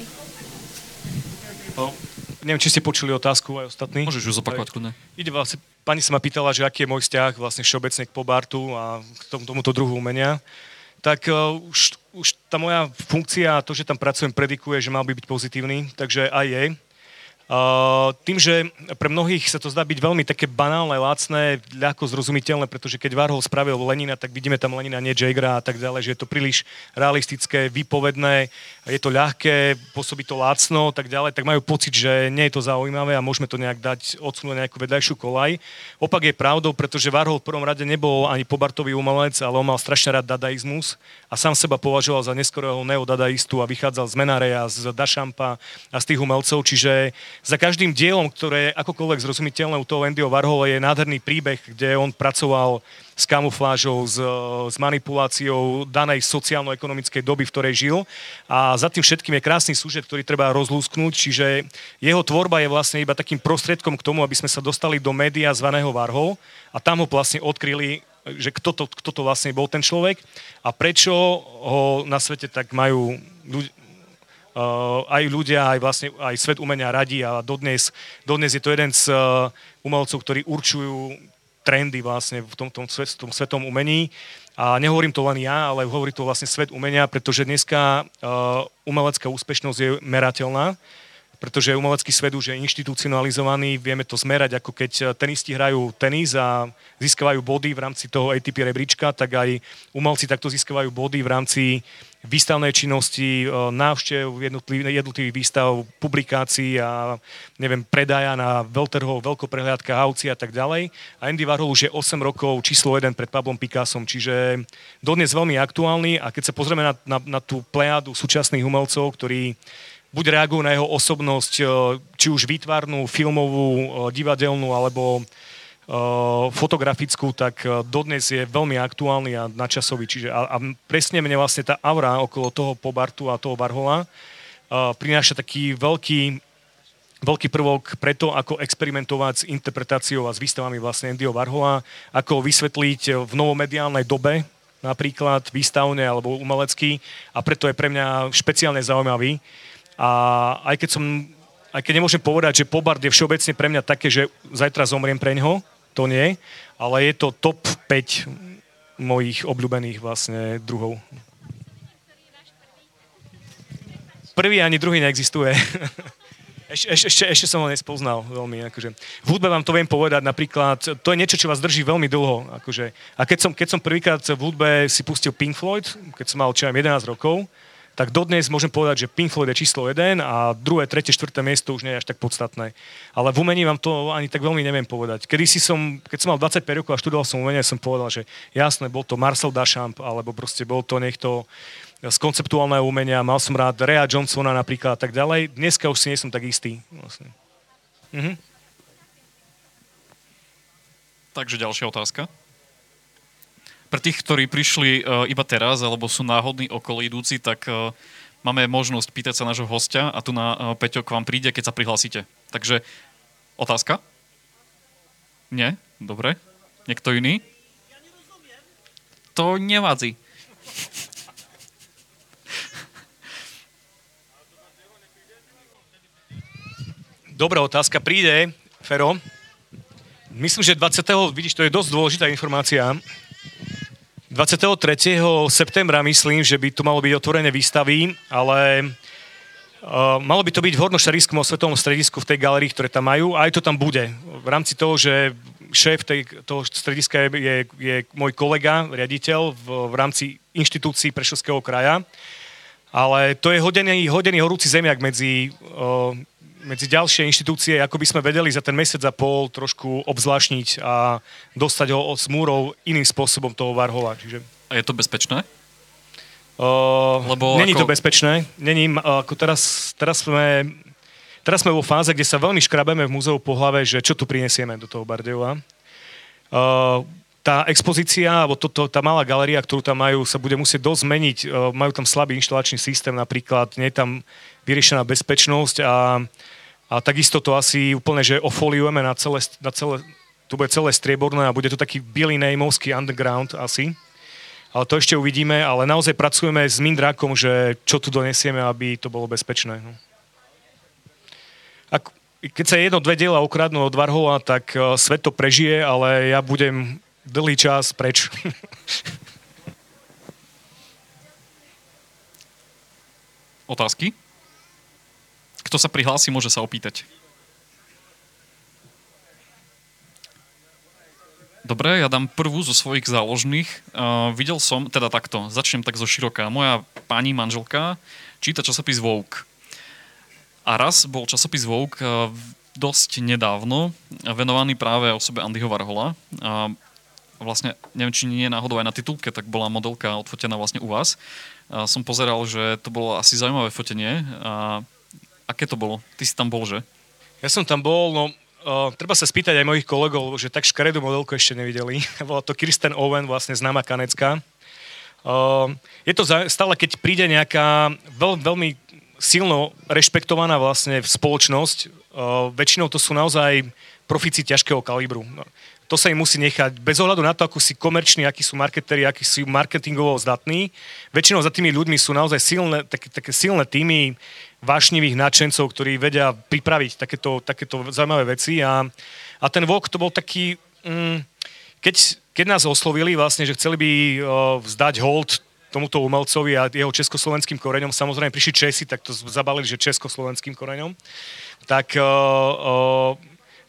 Neviem, či ste počuli otázku aj ostatní. Môžeš ju zopakovať kľudne. Ide vlastne, pani sa ma pýtala, že aký je môj vzťah vlastne všeobecne k pop artu a k tomuto druhu umenia. Tak už tá moja funkcia, to, že tam pracujem, predikuje, že mal by byť pozitívny, takže aj je. Tým, že pre mnohých sa to zdá byť veľmi také banálne, lacné, ľahko zrozumiteľné, pretože keď Warhol spravil Lenina, tak vidíme tam Lenina, nie Jaggera a tak ďalej, že je to príliš realistické, výpovedné, je to ľahké, pôsobí to lacno, tak ďalej, tak majú pocit, že nie je to zaujímavé a môžeme to nejak dať, odsunúť nejakú vedľajšiu kolaj. Opak je pravdou, pretože Warhol v prvom rade nebol ani pobartový umelec, ale on mal strašne rád dadaizmus a sám seba považoval za neskorého neodadaistu a vychádzal z Menareja, z Duchampa a z tých umelcov, čiže za každým dielom, ktoré je akokoľvek zrozumiteľné u toho Andyho Warhola, je nádherný príbeh, kde on pracoval s kamuflážou, s manipuláciou danej sociálno-ekonomickej doby, v ktorej žil. A za tým všetkým je krásny súžet, ktorý treba rozlúsknuť, čiže jeho tvorba je vlastne iba takým prostriedkom k tomu, aby sme sa dostali do média zvaného Warhol a tam ho vlastne odkryli, že kto to vlastne bol ten človek a prečo ho na svete tak majú aj ľudia, aj svet umenia radí a dodnes je to jeden z umelcov, ktorí určujú trendy vlastne v tom svetom umení. A nehovorím to len ja, ale hovorí to vlastne svet umenia, pretože dneska umelecká úspešnosť je merateľná, pretože umelecký svet už je inštitucionalizovaný, vieme to zmerať, ako keď tenisti hrajú tenis a získavajú body v rámci toho ATP rebríčka, tak aj umelci takto získavajú body v rámci výstavnej činnosti, návštev jednotlivých výstav, publikácií a neviem, predaja na veľkoprehliadkách, aukcií a tak ďalej. A Andy Warhol už je 8 rokov číslo 1 pred Pablom Picassom, čiže dodnes veľmi aktuálny a keď sa pozrieme na tú plejádu súčasných umelcov, ktorí buď reagujú na jeho osobnosť, či už výtvarnú, filmovú, divadelnú alebo fotografickú, tak dodnes je veľmi aktuálny a nadčasový. Čiže a presne mne vlastne tá aura okolo toho Pop-artu a toho Warhola prináša taký veľký prvok preto, ako experimentovať s interpretáciou a s výstavami vlastne Andyho Warhola, ako vysvetliť v novomediálnej dobe, napríklad výstavne alebo umelecký, a preto je pre mňa špeciálne zaujímavý. A aj keď nemôžem povedať, že pop art je všeobecne pre mňa také, že zajtra zomriem preňho, to nie, ale je to top 5 mojich obľúbených vlastne druhov. Prvý ani druhý neexistuje. Ešte som ho nespoznal veľmi. Akože. V hudbe vám to viem povedať napríklad, to je niečo, čo vás drží veľmi dlho. Akože. A keď som prvýkrát v hudbe si pustil Pink Floyd, keď som mal 11 rokov, tak dodnes môžem povedať, že Pink Floyd je číslo 1 a druhé, tretie, štvrté miesto už nie je až tak podstatné. Ale v umení vám to ani tak veľmi neviem povedať. Keď som mal 25 rokov a študoval som umenie, som povedal, že jasné, bol to Marcel Duchamp, alebo proste bol to niekto z konceptuálneho umenia, mal som rád Rea Johnsona napríklad a tak ďalej. Dneska už si nie som tak istý. Vlastne. Takže ďalšia otázka. Pre tých, ktorí prišli iba teraz, alebo sú náhodní okolo idúci, tak máme možnosť pýtať sa nášho hostia a tu na Peťo k vám príde, keď sa prihlásite. Takže otázka? Nie? Dobre. Niekto iný? Ja nerozumiem. To nevadí. Dobrá otázka. Príde, Fero. Myslím, že vidíš, to je dosť dôležitá informácia. 23. septembra myslím, že by tu malo byť otvorené výstavy, ale malo by to byť v Hornoštarískom osvetovom stredisku v tej galérii, ktoré tam majú, a aj to tam bude. V rámci toho, že šéf toho strediska je môj kolega, riaditeľ v rámci inštitúcií Prešovského kraja, ale to je hodený horúci zemiak medzi ďalšie inštitúcie, ako by sme vedeli za ten mesiac a pol trošku obzvláštniť a dostať ho od múrov iným spôsobom toho Warhola. Čiže... A je to bezpečné? Není to bezpečné. Teraz sme vo fáze, kde sa veľmi škrabeme v múzeu po hlave, že čo tu prinesieme do toho Bardejova. Tá expozícia, alebo tá malá galéria, ktorú tam majú, sa bude musieť dosť zmeniť. Majú tam slabý inštalačný systém, napríklad nie je tam vyriešená bezpečnosť a takisto to asi úplne, že ofoliujeme na celé, to bude celé strieborné a bude to taký bielý nejmovský underground asi. Ale to ešte uvidíme, ale naozaj pracujeme s mindrákom, že čo tu donesieme, aby to bolo bezpečné. No. Keď sa 1-2 diela ukradnú od Warhola, tak svet to prežije, ale ja budem dlhý čas preč. Otázky? Kto sa prihlási, môže sa opýtať. Dobre, ja dám prvú zo svojich záložných. Videl som, teda takto, začnem tak zo široká. Moja pani manželka číta časopis Vogue. A raz bol časopis Vogue dosť nedávno venovaný práve osobe Andyho Warhola. Vlastne, neviem, či nie je náhodou aj na titulke, tak bola modelka odfotená vlastne u vás. Som pozeral, že to bolo asi zaujímavé fotenie. Aké to bolo? Ty si tam bol, že? Ja som tam bol, no treba sa spýtať aj mojich kolegov, že tak škaredú modelku ešte nevideli. Bola to Kirsten Owen, vlastne známa kanecká. Je to stále, keď príde nejaká veľmi silno rešpektovaná vlastne spoločnosť, väčšinou to sú naozaj profíci ťažkého kalibru. To sa im musí nechať, bez ohľadu na to, ako si komerční, akí sú marketéri, akí sú marketingovo zdatní. Väčšinou za tými ľuďmi sú naozaj také silné týmy vášnivých nadšencov, ktorí vedia pripraviť takéto zaujímavé veci. A ten Vogue to bol taký... Keď nás oslovili vlastne, že chceli by vzdať hold tomuto umelcovi a jeho československým koreňom, samozrejme prišli Česi, tak to zabalili, že československým koreňom, tak...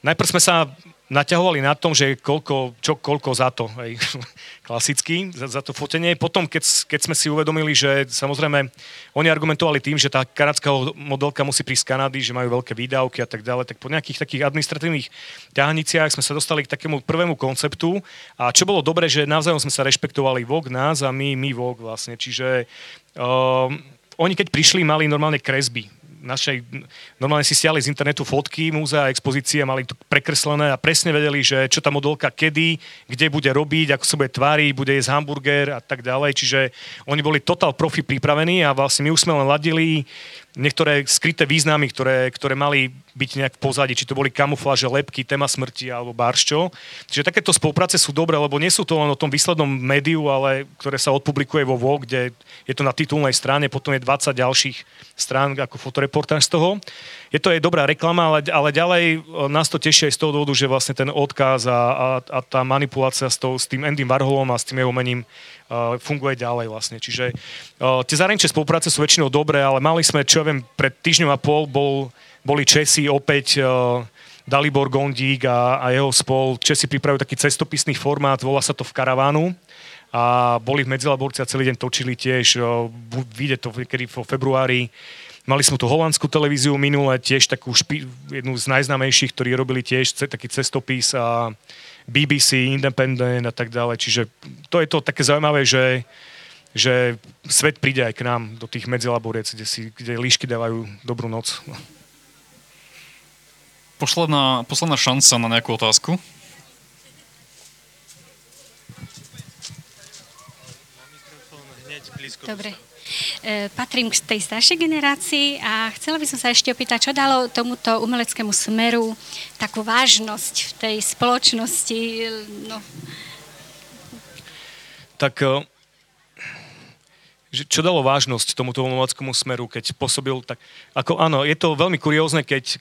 najprv sme sa naťahovali na tom, že koľko za to, hej, klasicky, za to fotenie. Potom, keď sme si uvedomili, že samozrejme oni argumentovali tým, že tá kanadská modelka musí prísť z Kanady, že majú veľké výdavky a tak ďalej, tak po nejakých takých administratívnych ťahaniciach sme sa dostali k takému prvému konceptu a čo bolo dobre, že navzájom sme sa rešpektovali Vogue nás a my Vogue vlastne. Čiže oni keď prišli, mali normálne kresby. Normálne si stiahli z internetu fotky, múzea, expozície, mali to prekreslené a presne vedeli, že čo tá modelka kedy, kde bude robiť, ako sa bude tváriť, bude jesť hamburger a tak ďalej. Čiže oni boli total profi pripravení a vlastne my už sme len ladili niektoré skryté významy, ktoré mali byť nejak v pozadí, či to boli kamufláže, lebky, téma smrti alebo barščo. Čiže takéto spolupráce sú dobré, lebo nie sú to len o tom výslednom médiu, ale ktoré sa odpublikuje vo Vogue, kde je to na titulnej strane, potom je 20 ďalších strán ako fotoreportáž z toho. Je to aj dobrá reklama, ale ďalej nás to teší aj z toho dôvodu, že vlastne ten odkaz a tá manipulácia s tým Andym Warholom a s tým jeho umením funguje ďalej vlastne. Čiže tie zahraničné spolupráce sú väčšinou dobré, ale mali sme, čo ja viem, pred týždňom a pol boli Česi opäť Dalibor Gondík a jeho spol. Česi pripravujú taký cestopisný formát, volá sa to V karavánu a boli v Medzilaborci a celý deň točili tiež, vyjde to kedy vo februári. Mali sme tu holandskú televíziu minule, tiež takú jednu z najznámejších, ktorí robili tiež taký cestopis a BBC, Independent a tak ďalej. Čiže to je to také zaujímavé, že svet príde aj k nám do tých medzilaboriec, kde líšky dávajú dobrú noc. Posledná šanca na nejakú otázku. Dobre. Patrím k tej staršej generácii a chcela by som sa ešte opýtať, čo dalo tomuto umeleckému smeru takú vážnosť v tej spoločnosti? No. Tak čo dalo vážnosť tomuto umeleckému smeru, keď pôsobil tak... Ako áno, je to veľmi kuriózne,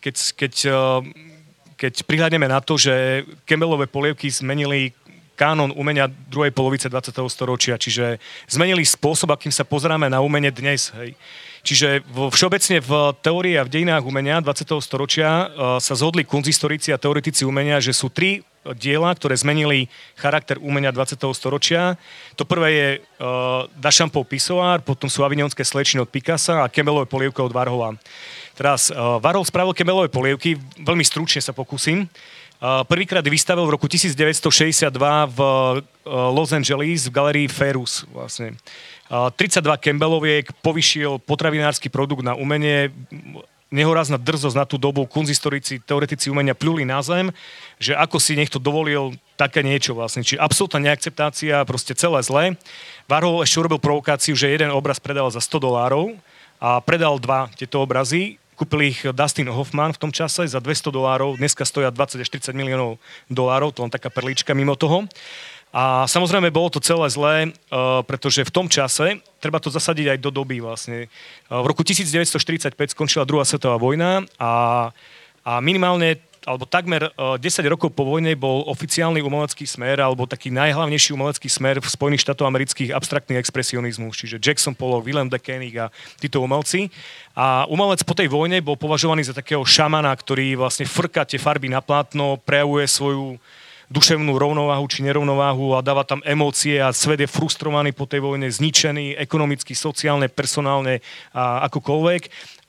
keď prihľadneme na to, že Campbellové polievky zmenili kánon umenia druhej polovice 20. storočia, čiže zmenili spôsob, akým sa pozeráme na umenie dnes. Hej. Čiže všeobecne v teórii a v dejinách umenia 20. storočia sa zhodli kunsthistorici a teoretici umenia, že sú tri diela, ktoré zmenili charakter umenia 20. storočia. To prvé je Duchampov pisoár, potom sú Avignonské slečny od Picassa a Campbellové polievky od Warhola. Teraz Warhol spravil Campbellové polievky, veľmi stručne sa pokúsim. Prvýkrát vystavil v roku 1962 v Los Angeles v galerii Ferus. Vlastne. 32 Campbelloviek povyšil potravinársky produkt na umenie, nehorázna drzosť na tú dobu, kunsthistorici, teoretici umenia pľuli na zem, že ako si niekto dovolil také niečo vlastne. Čiže absolútna neakceptácia, proste celé zlé. Warhol ešte urobil provokáciu, že jeden obraz predal za $100 a predal dva tieto obrazy. Kúpil ich Dustin Hoffman v tom čase za $200, dneska stoja 20 až 30 miliónov dolárov, to len taká perlička mimo toho. A samozrejme bolo to celé zlé, pretože v tom čase, treba to zasadiť aj do doby vlastne, v roku 1945 skončila druhá svetová vojna a minimálne alebo takmer 10 rokov po vojne bol oficiálny umelecký smer, alebo taký najhlavnejší umelecký smer v Spojených štátoch amerických abstraktný expresionizmus, čiže Jackson Pollock, Willem de Kooning a títo umelci. A umelec po tej vojne bol považovaný za takého šamana, ktorý vlastne frká tie farby na plátno, prejavuje svoju duševnú rovnováhu či nerovnováhu a dáva tam emócie a svet je frustrovaný po tej vojne, zničený ekonomicky, sociálne, personálne a akokoľvek.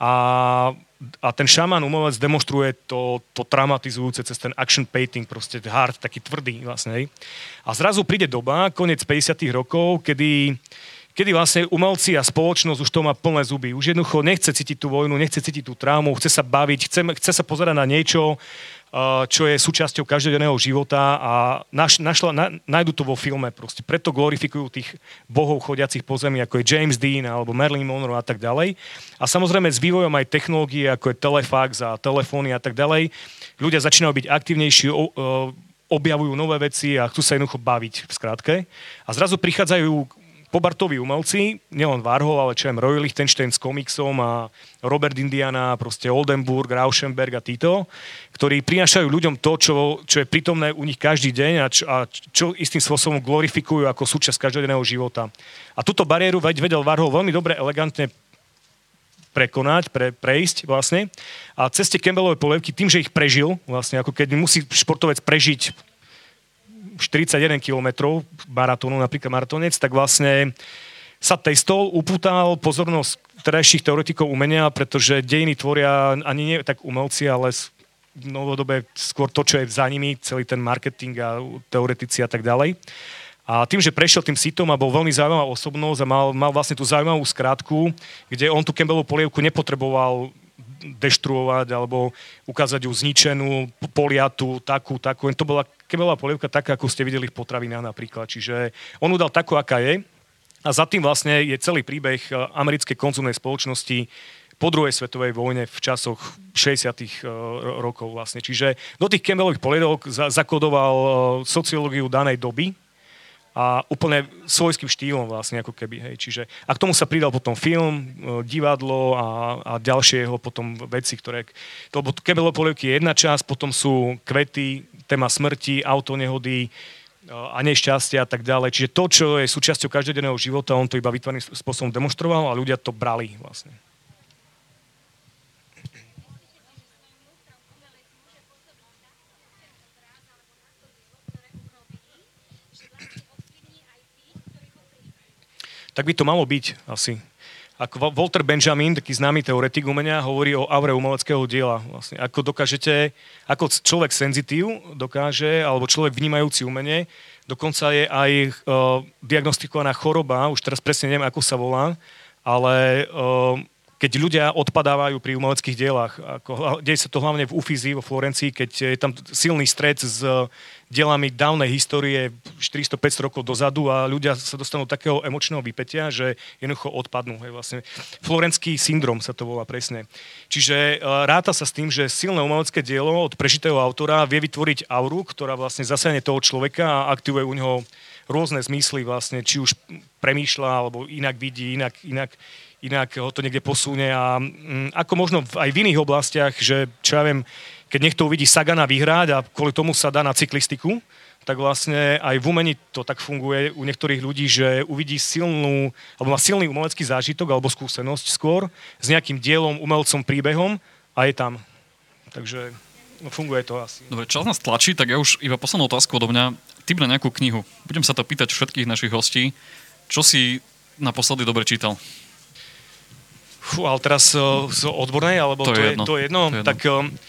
A ten šaman umelec demonstruje to traumatizujúce cez ten action painting, proste hard, taký tvrdý vlastne. A zrazu príde doba, koniec 50. rokov, kedy vlastne umelci a spoločnosť už to má plné zuby. Už jednoducho nechce cítiť tú vojnu, nechce cítiť tú traumu, chce sa baviť, chce sa pozerať na niečo, čo je súčasťou každodenného života a nájdu to vo filme. Proste. Preto glorifikujú tých bohov chodiacich po zemi, ako je James Dean alebo Marilyn Monroe a tak ďalej. A samozrejme s vývojom aj technológie, ako je telefax a telefóny a tak ďalej, ľudia začínajú byť aktívnejší, objavujú nové veci a chcú sa jednoducho baviť v skratke. A zrazu prichádzajú pobartoví umelci, nielen Warhol, ale čo aj Roy Lichtenstein s komiksom a Robert Indiana, proste Oldenburg, Rauschenberg a títo, ktorí prinášajú ľuďom to, čo je prítomné u nich každý deň a čo istým spôsobom glorifikujú ako súčasť každodenného života. A túto bariéru vedel Warhol veľmi dobre, elegantne prekonať, prejsť vlastne. A cez tie Campbellové polievky, tým, že ich prežil, vlastne ako keď musí športovec prežiť 41 kilometrov maratónu, napríklad maratónec, tak vlastne sa testol, upútal pozornosť terajších teoretikov umenia, pretože dejiny tvoria ani nie tak umelci, ale v novodobé skôr to, čo je za nimi, celý ten marketing a teoretici a tak ďalej. A tým, že prešiel tým sitom a bol veľmi zaujímavá osobnosť a mal vlastne tú zaujímavú skratku, kde on tú Campbellovú polievku nepotreboval deštruovať alebo ukázať ju zničenú, poliatu, takú. To bola Campbellová polievka taká, ako ste videli v potravinách napríklad. Čiže on ju dal takú, aká je. A za tým vlastne je celý príbeh americkej konzumnej spoločnosti po druhej svetovej vojne v časoch 60. rokov vlastne. Čiže do tých Campbellových polievok zakodoval sociológiu danej doby, a úplne svojským štýlom vlastne ako keby, hej. Čiže a k tomu sa pridal potom film, divadlo a ďalšie jeho potom veci, ktoré... Lebo Campbellové polievky je jedna časť, potom sú kvety, téma smrti, autonehody a nešťastia a tak ďalej. Čiže to, čo je súčasťou každodenného života, on to iba vytvarným spôsobom demonstroval a ľudia to brali vlastne. Tak by to malo byť asi. Ako Walter Benjamin, taký známy teoretik umenia, hovorí o aure umeleckého diela. Vlastne. Ako človek senzitív dokáže, alebo človek vnímajúci umenie, dokonca je aj diagnostikovaná choroba, už teraz presne neviem, ako sa volá, ale keď ľudia odpadávajú pri umeleckých dielach, deje sa to hlavne v Uffizi, vo Florencii, keď je tam silný stret s dielami dávnej histórie 400-500 rokov dozadu a ľudia sa dostanú do takého emočného vypätia, že jednoducho odpadnú. Hej, vlastne. Florenský syndrom sa to volá presne. Čiže ráta sa s tým, že silné umelecké dielo od prežitého autora vie vytvoriť auru, ktorá vlastne zasiahne toho človeka a aktivuje u neho rôzne zmysly, vlastne, či už premýšľa, alebo inak vidí, inak ho to niekde posunie a ako možno aj v iných oblastiach, že čo ja viem, keď niekto uvidí Sagana vyhrať a kvôli tomu sa dá na cyklistiku, tak vlastne aj v umení to tak funguje u niektorých ľudí, že uvidí alebo má silný umelecký zážitok alebo skúsenosť skôr s nejakým dielom, umelcom, príbehom a je tam. Takže funguje to asi. Dobre, čas nás tlačí, tak ja už iba poslednú otázku odo mňa. Typ na nejakú knihu. Budem sa to pýtať všetkých našich hostí. Čo si naposledy dobre čítal? Ale teraz z odbornej, alebo to je jedno? To je jedno. Tak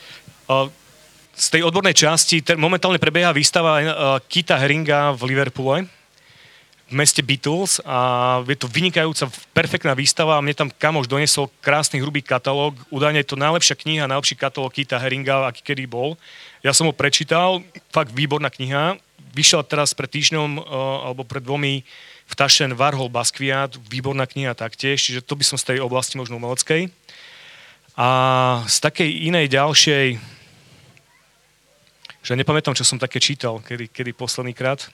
z tej odbornej časti momentálne prebieha výstava Kita Haringa v Liverpoole, v meste Beatles a je to vynikajúca, perfektná výstava a mne tam kamoš donesol krásny hrubý katalóg. Údajne je to najlepšia kniha, najlepší katalóg Kita Haringa, aký kedy bol. Ja som ho prečítal, fakt výborná kniha. Vyšiel teraz pred týždňom alebo pred 2 v Taschen Warhol Basquiat, výborná kniha taktiež, čiže to by som z tej oblasti možno umeleckej. A z takej inej ďalšej, že nepamätám, čo som také čítal, kedy posledný krát.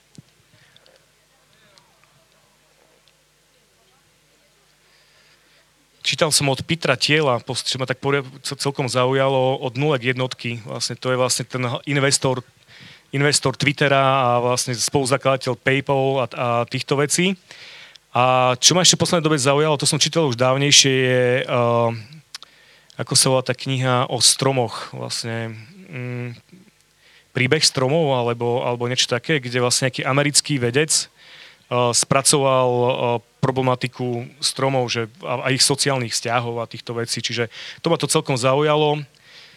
Čítal som od Petra Thiela, čo ma tak celkom zaujalo, od 0 k jednotky. Vlastne to je vlastne ten investor Twittera a vlastne spoluzakladateľ PayPal a týchto vecí. A čo ma ešte v poslednej dobe zaujalo, to som čítal už dávnejšie, je ako sa volá tá kniha o stromoch, vlastne príbeh stromov alebo niečo také, kde vlastne nejaký americký vedec spracoval problematiku stromov a ich sociálnych vzťahov a týchto vecí. Čiže to ma to celkom zaujalo.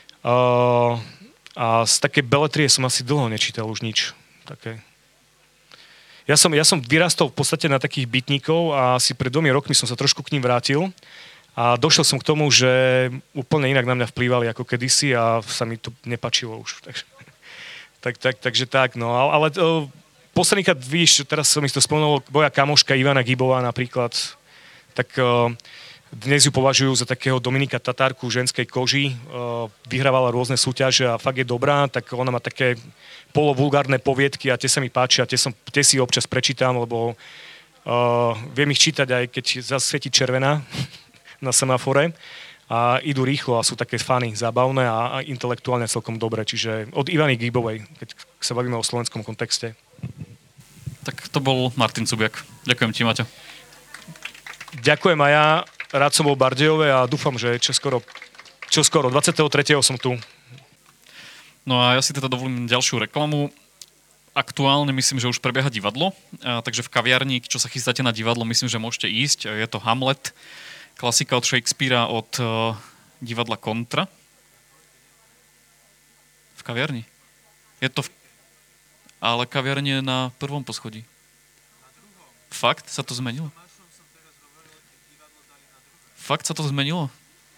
A z takej beletrie som asi dlho nečítal už nič. Také. Ja som vyrastol v podstate na takých bytníkov a asi pred 2 rokmi som sa trošku k ním vrátil a došiel som k tomu, že úplne inak na mňa vplývali ako kedysi a sa mi to nepačilo už. Takže tak, no. Ale poslednýkrát, víš, teraz som mi to spomenul, moja kamoška Ivana Gibová napríklad, tak dnes ju považujú za takého Dominika Tatárku ženskej koži, vyhrávala rôzne súťaže a fakt je dobrá, tak ona má také polovulgárne poviedky a tie sa mi páčia, tie si občas prečítam, lebo viem ich čítať aj keď zasvieti červená na semafore a idú rýchlo a sú také fany, zábavné a intelektuálne celkom dobré, čiže od Ivany Gibovej, keď sa bavíme o slovenskom kontexte. Tak to bol Martin Cubiak. Ďakujem ti, Maťo. Ďakujem aj ja rád som bol v Bardejove a dúfam, že čoskoro, 23. som tu. No a ja si teda dovolím ďalšiu reklamu. Aktuálne myslím, že už prebieha divadlo, takže v kaviarni, čo sa chystáte na divadlo, myslím, že môžete ísť. Je to Hamlet, klasika od Shakespearea od divadla Kontra. V kaviarni. Je to ale kaviarne je na prvom poschodí. Fakt? Sa to zmenilo? Fakt sa to zmenilo?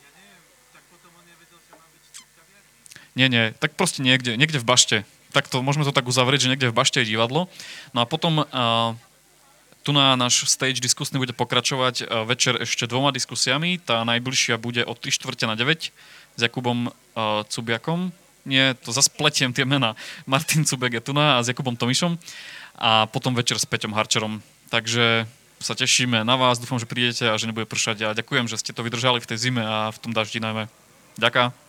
Nie, tak proste niekde v bašte. Tak to, môžeme to tak uzavrieť, že niekde v bašte je divadlo. No a potom tu na náš stage diskusný bude pokračovať večer ešte 2 diskusiami. Tá najbližšia bude o 8:45 s Jakubom Cubiakom. Nie, to zase pletiem tie mená. Martin Cubek je tu a s Jakubom Tomišom. A potom večer s Peťom Harčerom. Takže sa tešíme na vás. Dúfam, že prídete a že nebude pršať. A ďakujem, že ste to vydržali v tej zime a v tom daždi najmä. Ďakujem.